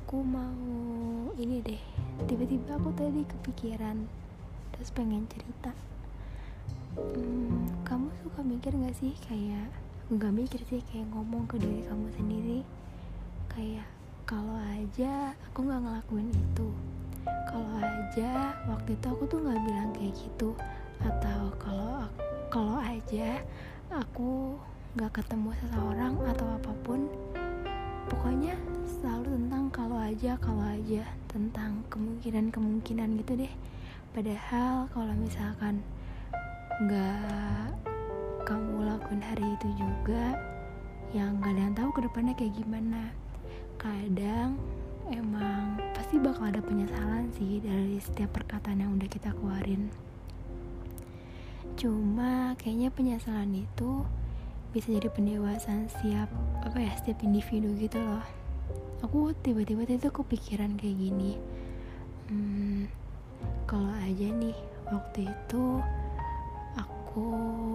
Aku mau ini deh. Tiba-tiba aku tadi kepikiran, terus pengen cerita. Kamu suka mikir gak sih kayak, gak mikir sih, kayak ngomong ke diri kamu sendiri, kayak kalau aja aku gak ngelakuin itu, kalau aja waktu itu aku tuh gak bilang kayak gitu, atau kalau aja aku gak ketemu seseorang atau apapun. Pokoknya selalu tentang kalau aja, tentang kemungkinan gitu deh. Padahal kalau misalkan gak kamu lakuin hari itu juga, yang gak ada yang tahu kedepannya kayak gimana. Kadang emang pasti bakal ada penyesalan sih dari setiap perkataan yang udah kita keluarin. Cuma kayaknya penyesalan itu bisa jadi pendewasaan setiap individu gitu loh. Aku tiba-tiba itu kepikiran kayak gini. Kalau aja nih waktu itu aku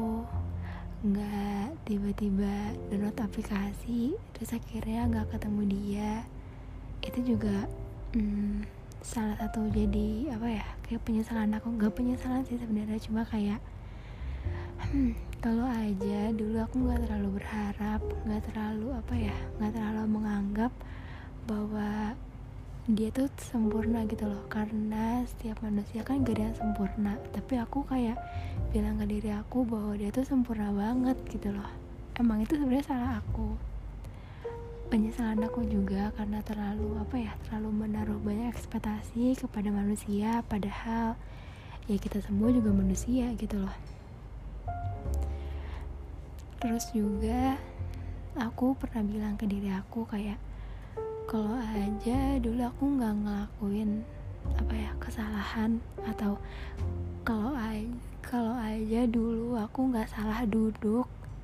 nggak tiba-tiba download aplikasi, terus akhirnya nggak ketemu dia, itu juga salah satu jadi kayak penyesalan aku. Nggak penyesalan sih sebenarnya, cuma kayak kalau aja dulu aku nggak terlalu berharap, nggak terlalu menganggap bahwa dia tuh sempurna gitu loh, karena setiap manusia kan gak ada yang sempurna. Tapi aku kayak bilang ke diri aku bahwa dia tuh sempurna banget gitu loh. Emang itu sebenarnya salah aku. Penyesalan aku juga karena terlalu menaruh banyak ekspektasi kepada manusia, padahal ya kita semua juga manusia gitu loh. Terus juga aku pernah bilang ke diri aku kayak, kalau aja dulu aku nggak ngelakuin kesalahan, atau kalau aja dulu aku nggak salah duduk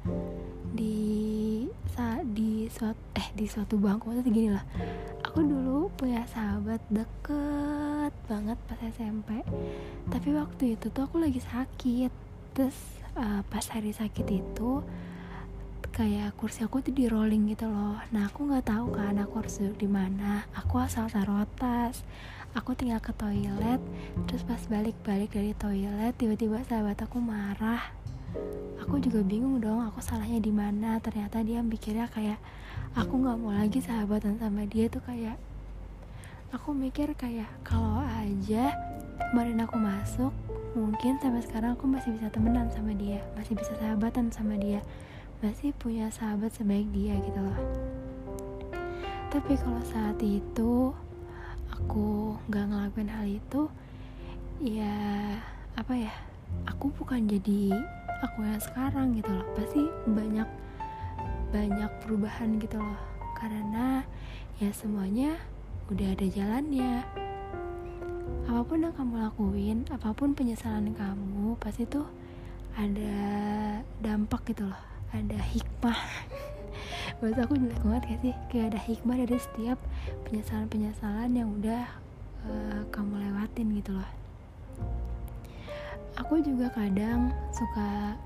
di suatu bangku. Maksudnya gini lah, aku dulu punya sahabat deket banget pas SMP, tapi waktu itu tuh aku lagi sakit. Terus pas hari sakit itu kayak kursi aku tuh di rolling gitu loh. Nah aku nggak tahu kan aku harus duduk di mana. Aku asal taruh tas. Aku tinggal ke toilet. Terus pas balik dari toilet, tiba-tiba sahabat aku marah. Aku juga bingung dong, aku salahnya di mana. Ternyata dia mikirnya kayak aku nggak mau lagi sahabatan sama dia. Tuh kayak aku mikir kayak kalau aja kemarin aku masuk, mungkin sampai sekarang aku masih bisa temenan sama dia, masih bisa sahabatan sama dia, masih punya sahabat sebaik dia gitu loh. Tapi kalau saat itu aku gak ngelakuin hal itu, ya aku bukan jadi aku yang sekarang gitu loh. Pasti banyak perubahan gitu loh, karena ya semuanya udah ada jalannya. Apapun yang kamu lakuin, apapun penyesalan kamu, pasti tuh ada dampak gitu loh, ada hikmah. Bahasa aku jelek banget gak sih? Kayak ada hikmah dari setiap penyesalan yang udah kamu lewatin gitu loh. Aku juga kadang suka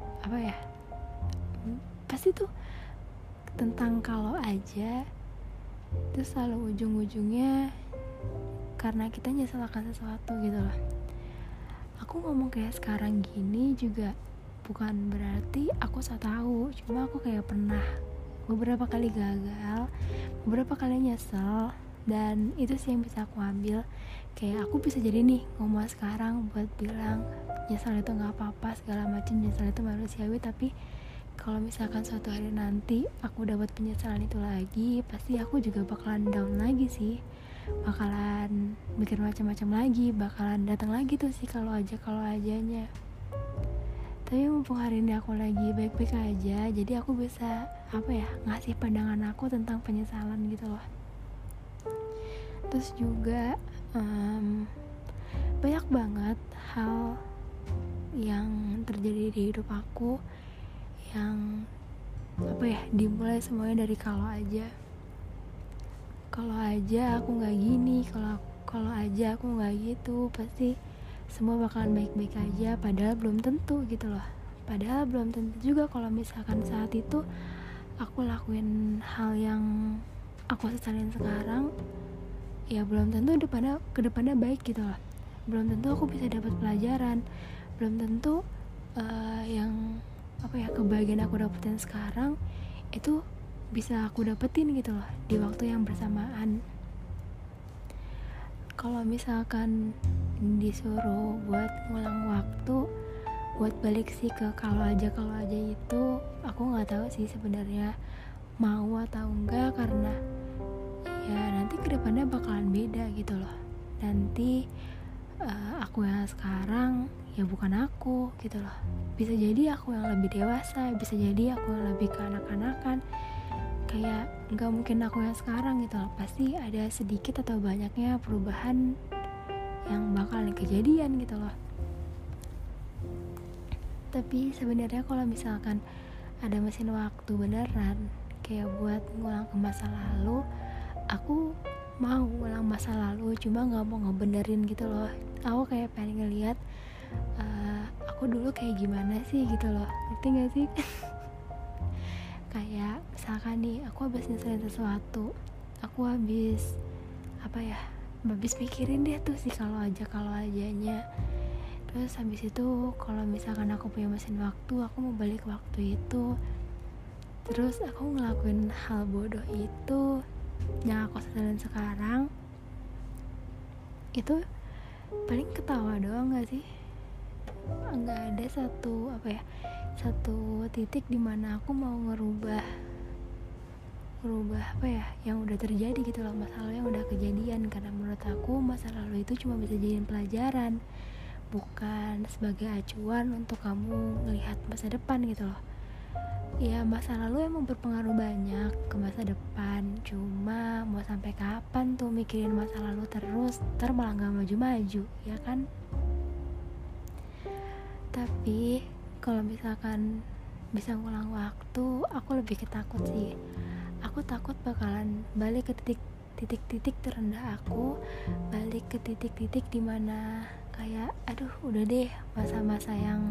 pasti tuh tentang kalau aja, terus selalu ujung-ujungnya karena kita nyesel akan sesuatu gitu loh. Aku ngomong kayak sekarang gini juga bukan berarti aku so tahu, cuma aku kayak pernah beberapa kali gagal, beberapa kali nyesel, dan itu sih yang bisa aku ambil. Kayak aku bisa jadi nih ngomong sekarang buat bilang nyesel itu nggak apa-apa segala macam, nyesel itu manusiawi. Tapi kalau misalkan suatu hari nanti aku dapat penyesalan itu lagi, pasti aku juga bakalan down lagi sih, bakalan mikir macam-macam lagi, bakalan datang lagi tuh sih kalau ajanya. Tapi mumpung hari ini aku lagi baik-baik aja, jadi aku bisa ngasih pandangan aku tentang penyesalan gitu loh. Terus juga banyak banget hal yang terjadi di hidup aku yang dimulai semuanya dari kalau aja aku nggak gini, kalau aja aku nggak gitu, pasti semua bakalan baik-baik aja. Padahal belum tentu gitu loh. Padahal belum tentu juga kalau misalkan saat itu aku lakuin hal yang aku sesalin sekarang, ya belum tentu kedepannya baik gitu loh. Belum tentu aku bisa dapat pelajaran, belum tentu yang kebahagiaan aku dapetin sekarang itu bisa aku dapetin gitu loh di waktu yang bersamaan. Kalau misalkan disuruh buat ngulang waktu, buat balik sih ke kalau aja itu, aku nggak tahu sih sebenarnya mau atau enggak, karena ya nanti kedepannya bakalan beda gitu loh. Nanti aku yang sekarang ya bukan aku gitu loh. Bisa jadi aku yang lebih dewasa, bisa jadi aku yang lebih kekanak-kanakan. Kayak nggak mungkin aku yang sekarang gitu loh. Pasti ada sedikit atau banyaknya perubahan yang bakalan kejadian gitu loh. Tapi sebenarnya kalau misalkan ada mesin waktu beneran kayak buat ngulang ke masa lalu, aku mau ngulang masa lalu, cuma nggak mau ngebenerin gitu loh. Aku kayak pengen ngeliat aku dulu kayak gimana sih gitu loh, ngerti gak sih? Kayak misalkan nih aku habis nyelesain sesuatu, aku habis mikirin deh tuh sih kalau ajanya. Terus habis itu kalau misalkan aku punya mesin waktu, aku mau balik waktu itu, terus aku ngelakuin hal bodoh itu yang aku sesalin sekarang, itu paling ketawa doang gak sih? Nggak ada satu titik dimana aku mau ngerubah yang udah terjadi gitu loh, masa lalu yang udah kejadian. Karena menurut aku masa lalu itu cuma bisa jadiin pelajaran, bukan sebagai acuan untuk kamu melihat masa depan gitu loh. Ya masa lalu emang berpengaruh banyak ke masa depan, cuma mau sampai kapan tuh mikirin masa lalu terus, ntar malah gak maju-maju, ya kan? Tapi kalau misalkan bisa ngulang waktu, aku lebih ketakut sih. Aku takut bakalan balik ke titik-titik terendah aku, balik ke titik-titik dimana kayak udah deh masa-masa yang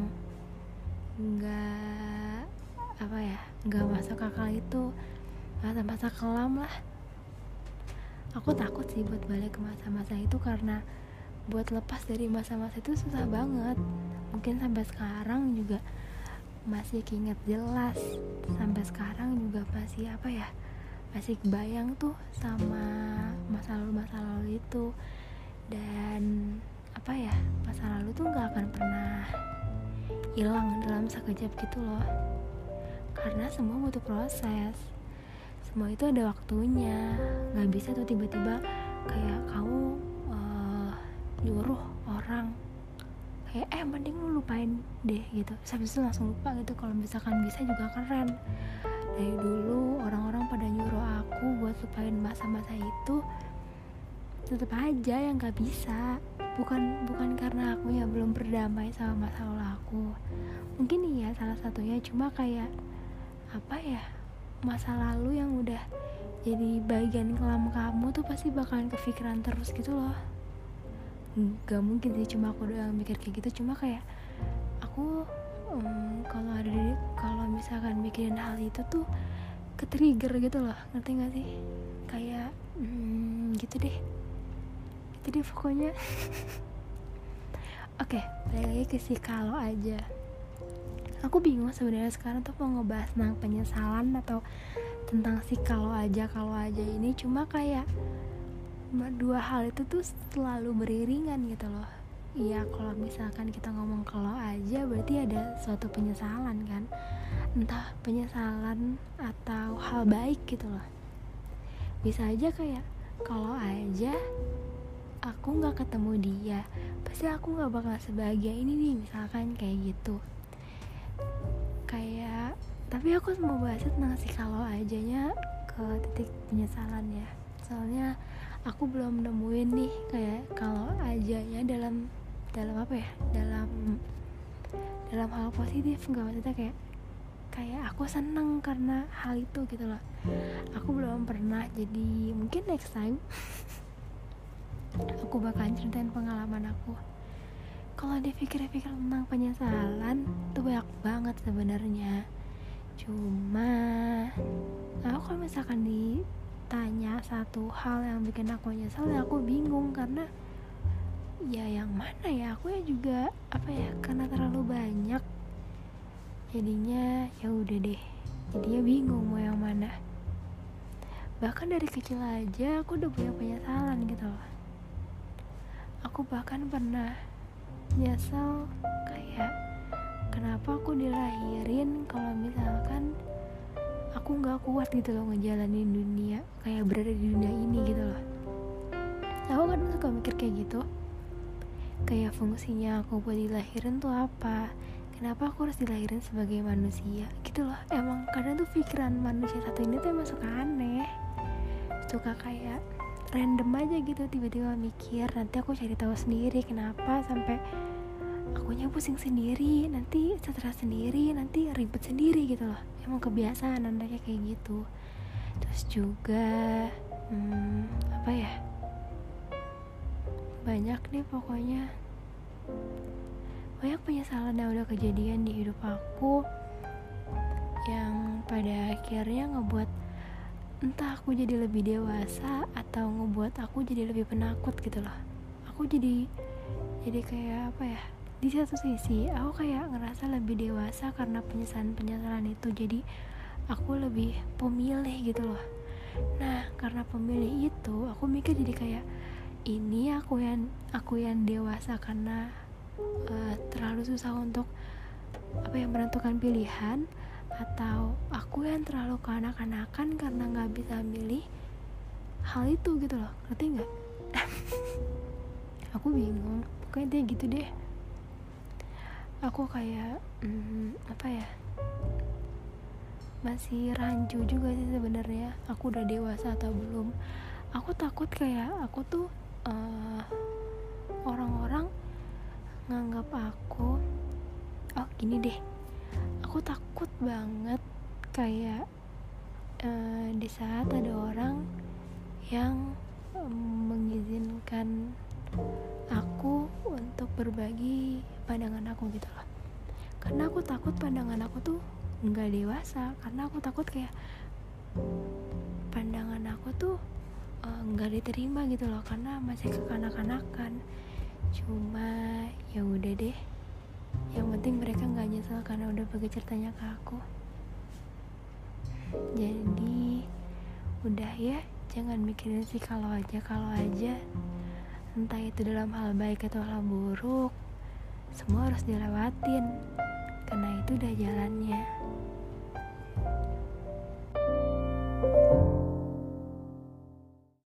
nggak masuk akal itu, masa-masa kelam lah. Aku takut sih buat balik ke masa-masa itu, karena buat lepas dari masa-masa itu susah banget. Mungkin sampai sekarang juga masih keinget jelas, sampai sekarang juga masih kebayang tuh sama masa lalu itu. Dan masa lalu tuh nggak akan pernah hilang dalam sekejap gitu loh, karena semua butuh proses, semua itu ada waktunya. Nggak bisa tuh tiba-tiba kayak kamu nyuruh orang kayak mending lu lupain deh gitu, habis itu langsung lupa gitu. Kalau misalkan bisa juga keren. Dari dulu orang-orang pada nyuruh aku buat lupain masa-masa itu, tetap aja yang nggak bisa. Bukan karena aku ya belum berdamai sama masa lalu aku, mungkin iya salah satunya, cuma kayak masa lalu yang udah jadi bagian kelam kamu tuh pasti bakalan kepikiran terus gitu loh. Gak mungkin sih cuma aku doang mikir kayak gitu, cuma kayak aku kalau misalkan mikirin hal itu tuh ke-trigger gitu loh, ngerti gak sih? Kayak gitu deh pokoknya. Oke, balik lagi ke si kalau aja. Aku bingung sebenarnya sekarang tuh mau ngebahas tentang penyesalan atau tentang si kalau aja ini. Cuma kayak dua hal itu tuh selalu beriringan gitu loh. Iya, kalau misalkan kita ngomong kalau aja berarti ada suatu penyesalan kan, entah penyesalan atau hal baik gitu loh. Bisa aja kayak kalau aja aku gak ketemu dia, pasti aku gak bakal sebahagia ini nih, misalkan kayak gitu. Kayak, tapi aku mau bahas tentang si kalau ajanya ke titik penyesalan ya. Soalnya aku belum nemuin nih kayak kalau ajanya dalam hal positif, nggak, maksudnya kayak aku seneng karena hal itu gitu loh. Aku belum pernah, jadi mungkin next time aku bakalan ceritain pengalaman aku. Kalau dipikir-pikir tentang penyesalan itu banyak banget sebenarnya. Cuma aku kalau misalkan ditanya satu hal yang bikin aku nyesel, ya aku bingung karena ya yang mana ya, aku ya juga karena terlalu banyak jadinya ya udah deh, jadinya bingung mau yang mana. Bahkan dari kecil aja aku udah punya penyesalan gitu loh. Aku bahkan pernah nyesel kayak kenapa aku dilahirin kalau misalkan aku nggak kuat gitu loh ngejalanin dunia, kayak berada di dunia ini gitu loh. Aku kadang suka mikir kayak gitu, kayak fungsinya aku buat dilahirin tuh apa, kenapa aku harus dilahirin sebagai manusia gitu loh. Emang kadang tuh pikiran manusia satu ini tuh emang suka aneh, suka kayak random aja gitu, tiba-tiba mikir. Nanti aku cari tahu sendiri kenapa sampai akunya pusing sendiri, nanti stres sendiri, nanti ribet sendiri gitu loh. Emang kebiasaan anaknya kayak gitu. Terus juga banyak nih pokoknya, banyak penyesalan yang udah kejadian di hidup aku yang pada akhirnya ngebuat entah aku jadi lebih dewasa atau ngebuat aku jadi lebih penakut gitu loh. Aku jadi kayak di satu sisi aku kayak ngerasa lebih dewasa karena penyesalan itu, jadi aku lebih pemilih gitu loh. Nah karena pemilih itu aku mikir jadi kayak ini aku yang dewasa karena terlalu susah untuk menentukan pilihan, atau aku yang terlalu kanak-kanakan karena nggak bisa milih hal itu gitu loh, ngerti nggak? Aku bingung, pokoknya dia gitu deh. Aku kayak masih rancu juga sih sebenarnya, aku udah dewasa atau belum. Aku takut kayak aku tuh orang-orang nganggap aku gini deh, aku takut banget kayak di saat ada orang yang mengizinkan aku untuk berbagi pandangan aku gitu loh. Karena aku takut pandangan aku tuh nggak dewasa, karena aku takut kayak pandangan aku tuh nggak diterima gitu loh, karena masih kekanak-kanakan. Cuma ya udah deh, yang penting mereka nggak nyesel karena udah bagi ceritanya ke aku. Jadi udah ya, jangan mikirin sih kalau aja. Entah itu dalam hal baik atau hal buruk, semua harus dilewatin karena itu udah jalannya.